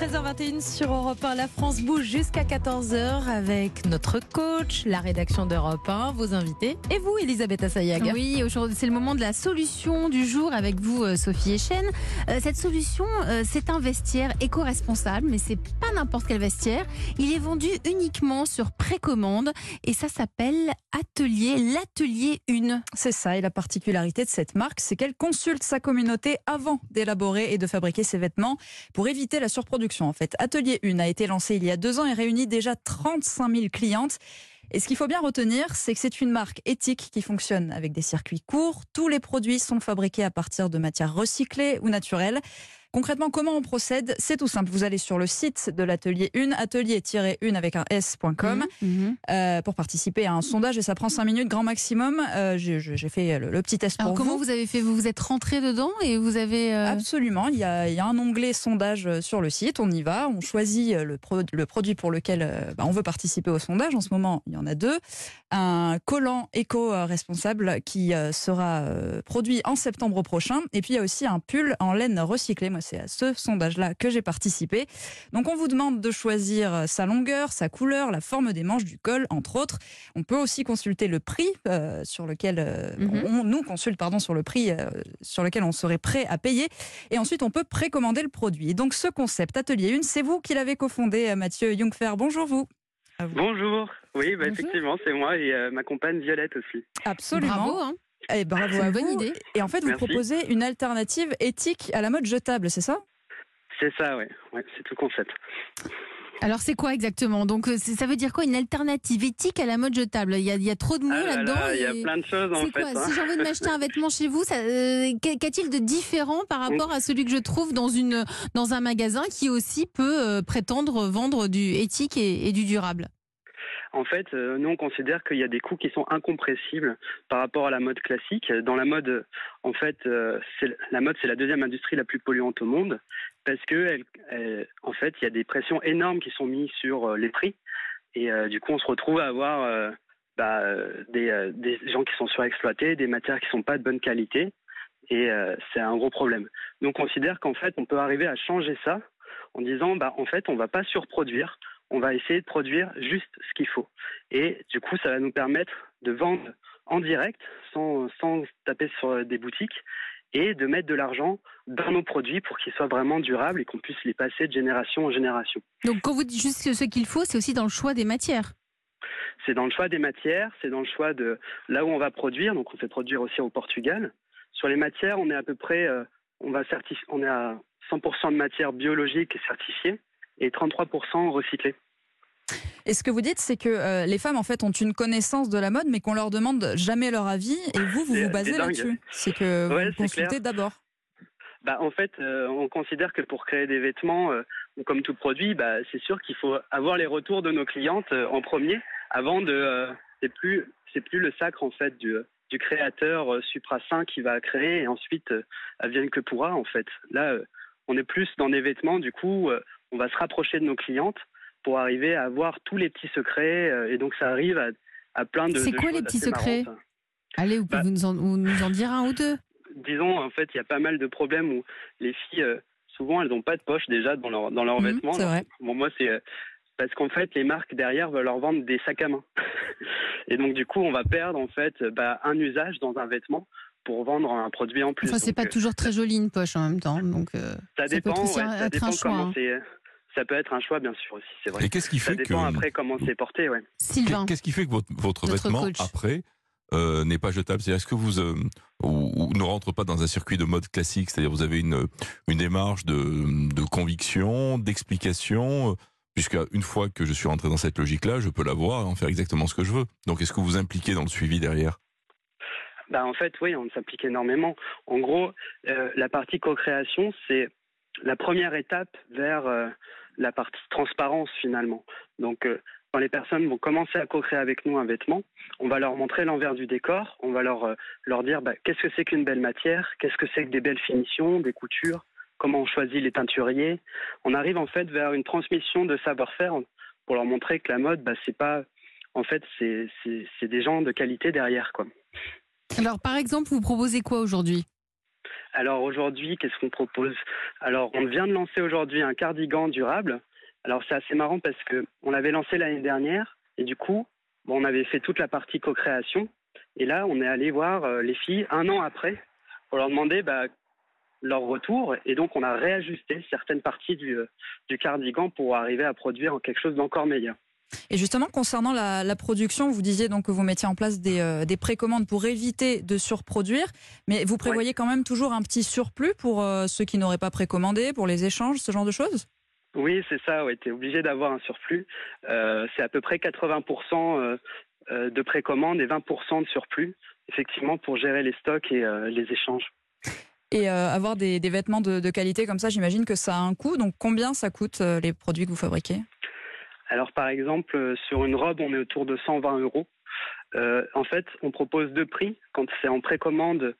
13h21 sur Europe 1. La France bouge jusqu'à 14h avec notre coach, la rédaction d'Europe 1, vos invités et vous, Elisabeth Assayag. Oui, aujourd'hui, c'est le moment de la solution du jour avec vous, Sophie Echen. Cette solution, c'est un vestiaire éco-responsable, mais c'est pas n'importe quel vestiaire. Il est vendu uniquement sur précommande et ça s'appelle l'Atelier 1. C'est ça, et la particularité de cette marque, c'est qu'elle consulte sa communauté avant d'élaborer et de fabriquer ses vêtements pour éviter la surproduction. En fait, Atelier 1 a été lancé il y a 2 ans et réunit déjà 35 000 clientes. Et ce qu'il faut bien retenir, c'est que c'est une marque éthique qui fonctionne avec des circuits courts. Tous les produits sont fabriqués à partir de matières recyclées ou naturelles. Concrètement, comment on procède ? C'est tout simple. Vous allez sur le site de l'Atelier 1, atelier-1 avec un s.com, pour participer à un sondage et ça prend 5 minutes grand maximum. J'ai fait le petit test pour vous. Alors comment vous avez fait ? Vous vous êtes rentré dedans et vous avez... Absolument, il y a un onglet sondage sur le site, on y va, on choisit le produit pour lequel on veut participer au sondage. En ce moment, il y en a 2. Un collant éco-responsable qui sera produit en septembre prochain. Et puis il y a aussi un pull en laine recyclée. Moi, c'est à ce sondage-là que j'ai participé. Donc on vous demande de choisir sa longueur, sa couleur, la forme des manches du col, entre autres. On peut aussi consulter le prix sur lequel on consulte sur le prix sur lequel on serait prêt à payer. Et ensuite, on peut précommander le produit. Et donc ce concept Atelier 1, c'est vous qui l'avez cofondé, Mathieu Jungfer. Bonjour vous. Bonjour. Oui, effectivement, c'est moi et ma compagne Violette aussi. Absolument. Bravo, hein. Et bravo à vous. Bonne idée. Et en fait, vous proposez une alternative éthique à la mode jetable, c'est ça ? C'est ça, oui. Ouais, c'est tout le concept. Alors, c'est quoi exactement ? Donc, ça veut dire quoi, une alternative éthique à la mode jetable ? Il y a trop de mots là-dedans. Il y a plein de choses, en fait. C'est quoi ? Si j'ai envie de m'acheter un vêtement chez vous, qu'a-t-il de différent par rapport à celui que je trouve dans un magasin qui aussi peut prétendre vendre du éthique et du durable ? En fait, nous, on considère qu'il y a des coûts qui sont incompressibles par rapport à la mode classique. Dans la mode, en fait, la mode, c'est la deuxième industrie la plus polluante au monde parce que, en fait, il y a des pressions énormes qui sont mises sur les prix. Et du coup, on se retrouve à avoir des gens qui sont surexploités, des matières qui ne sont pas de bonne qualité. Et c'est un gros problème. Donc, on considère qu'en fait, on peut arriver à changer ça en disant, en fait, on ne va pas surproduire. On va essayer de produire juste ce qu'il faut. Et du coup, ça va nous permettre de vendre en direct, sans taper sur des boutiques, et de mettre de l'argent dans nos produits pour qu'ils soient vraiment durables et qu'on puisse les passer de génération en génération. Donc quand vous dites juste ce qu'il faut, c'est aussi dans le choix des matières ? C'est dans le choix des matières, c'est dans le choix de là où on va produire. Donc on fait produire aussi au Portugal. Sur les matières, on est à peu près, on est à 100% de matières biologiques et certifiées, et 33% recyclés. Et ce que vous dites, c'est que les femmes, en fait, ont une connaissance de la mode, mais qu'on leur demande jamais leur avis. Et vous vous basez là-dessus. C'est que vous consultez d'abord. En fait, on considère que pour créer des vêtements, comme tout produit, c'est sûr qu'il faut avoir les retours de nos clientes en premier, avant de... c'est plus le sacre, en fait, du créateur supra-saint qui va créer, et ensuite, advienne que pourra, en fait. Là, on est plus dans des vêtements, du coup... on va se rapprocher de nos clientes pour arriver à avoir tous les petits secrets. Et donc, ça arrive à plein de... C'est quoi les petits secrets ? Allez, vous pouvez nous en dire un ou deux ? Disons, en fait, il y a pas mal de problèmes où les filles, souvent, elles n'ont pas de poche déjà dans leurs vêtements. C'est vrai. Bon, moi, c'est parce qu'en fait, les marques derrière veulent leur vendre des sacs à main. Et donc, du coup, on va perdre, en fait, un usage dans un vêtement pour vendre un produit en plus. Enfin, c'est pas toujours très joli une poche en même temps. Donc, ça dépend, peut aussi ça dépend comment c'est. Ça peut être un choix, bien sûr, aussi, c'est vrai. Et qu'est-ce qui fait ça dépend après comment c'est porté, ouais. Sylvain. Qu'est-ce qui fait que votre vêtement, coach, après, n'est pas jetable ? C'est-à-dire, est-ce que vous ou ne rentre pas dans un circuit de mode classique ? C'est-à-dire, vous avez une démarche de conviction, d'explication, puisqu'à une fois que je suis rentré dans cette logique-là, je peux l'avoir et en faire exactement ce que je veux. Donc, est-ce que vous impliquez dans le suivi derrière ? En fait, oui, on s'implique énormément. En gros, la partie co-création, c'est la première étape vers la partie transparence, finalement. Donc, quand les personnes vont commencer à co-créer avec nous un vêtement, on va leur montrer l'envers du décor, on va leur dire qu'est-ce que c'est qu'une belle matière, qu'est-ce que c'est que des belles finitions, des coutures, comment on choisit les teinturiers. On arrive en fait vers une transmission de savoir-faire pour leur montrer que la mode, c'est pas... En fait, c'est des gens de qualité derrière, quoi. Alors, par exemple, vous proposez quoi aujourd'hui ? Alors aujourd'hui, qu'est-ce qu'on propose? Alors on vient de lancer aujourd'hui un cardigan durable. Alors c'est assez marrant parce que on l'avait lancé l'année dernière et du coup, bon, on avait fait toute la partie co-création. Et là, on est allé voir les filles un an après pour leur demander leur retour. Et donc, on a réajusté certaines parties du cardigan pour arriver à produire quelque chose d'encore meilleur. Et justement, concernant la production, vous disiez donc que vous mettiez en place des précommandes pour éviter de surproduire. Mais vous prévoyez quand même toujours un petit surplus pour ceux qui n'auraient pas précommandé, pour les échanges, ce genre de choses? Oui, c'est ça. Ouais, tu es obligé d'avoir un surplus. C'est à peu près 80% de précommande et 20% de surplus, effectivement, pour gérer les stocks et les échanges. Et avoir des vêtements de qualité comme ça, j'imagine que ça a un coût. Donc combien ça coûte les produits que vous fabriquez? Alors par exemple, sur une robe, on est autour de 120 euros. En fait, on propose deux prix. Quand c'est en précommande,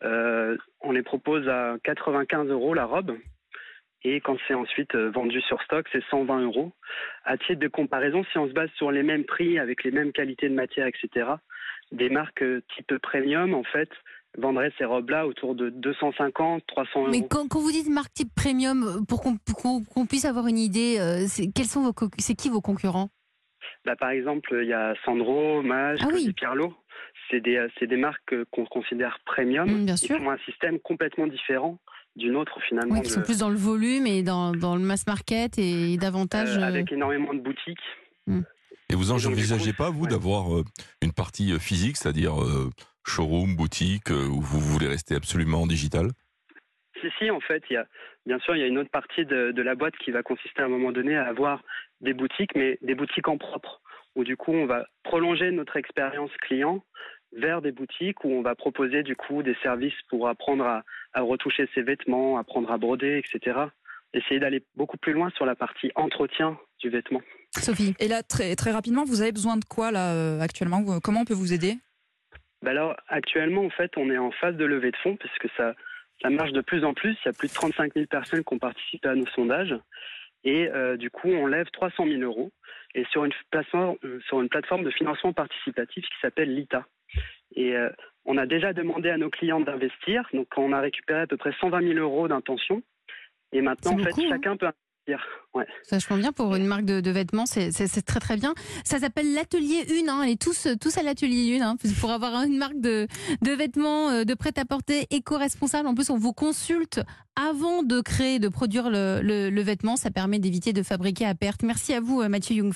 on les propose à 95 euros la robe. Et quand c'est ensuite vendu sur stock, c'est 120 euros. À titre de comparaison, si on se base sur les mêmes prix, avec les mêmes qualités de matière, etc., des marques type premium, en fait, vendraient ces robes-là autour de 250, 300 euros. Mais quand vous dites marque type premium, pour qu'on puisse avoir une idée, c'est qui vos concurrents? Par exemple, il y a Sandro, Mage, Pierlot. C'est des marques qu'on considère premium. Bien sûr. Qui ont un système complètement différent d'une autre finalement. Oui, qui sont plus dans le volume et dans le mass market et davantage... avec énormément de boutiques. Et vous n'envisagez pas, vous, d'avoir une partie physique, c'est-à-dire showroom, boutique, où vous voulez rester absolument digital? Si, en fait, bien sûr, il y a une autre partie de la boîte qui va consister à un moment donné à avoir des boutiques, mais des boutiques en propre, où du coup, on va prolonger notre expérience client vers des boutiques où on va proposer du coup des services pour apprendre à retoucher ses vêtements, apprendre à broder, etc. Essayer d'aller beaucoup plus loin sur la partie entretien du vêtement. Sophie. Et là, très, très rapidement, vous avez besoin de quoi là actuellement? Comment on peut vous aider? Alors, actuellement, en fait, on est en phase de levée de fonds parce que ça marche de plus en plus. Il y a plus de 35 000 personnes qui ont participé à nos sondages. Et du coup, on lève 300 000 euros. Et sur une plateforme de financement participatif qui s'appelle l'ITA. Et on a déjà demandé à nos clients d'investir. Donc, on a récupéré à peu près 120 000 euros d'intention. Et maintenant, en fait, chacun peut investir. Ouais. C'est vachement bien pour une marque de vêtements, c'est très très bien. Ça s'appelle l'Atelier Une, hein. Allez tous à l'Atelier Une, hein, pour avoir une marque de vêtements de prêt-à-porter éco-responsable. En plus, on vous consulte avant de produire le vêtement. Ça permet d'éviter de fabriquer à perte. Merci à vous, Mathieu Jung.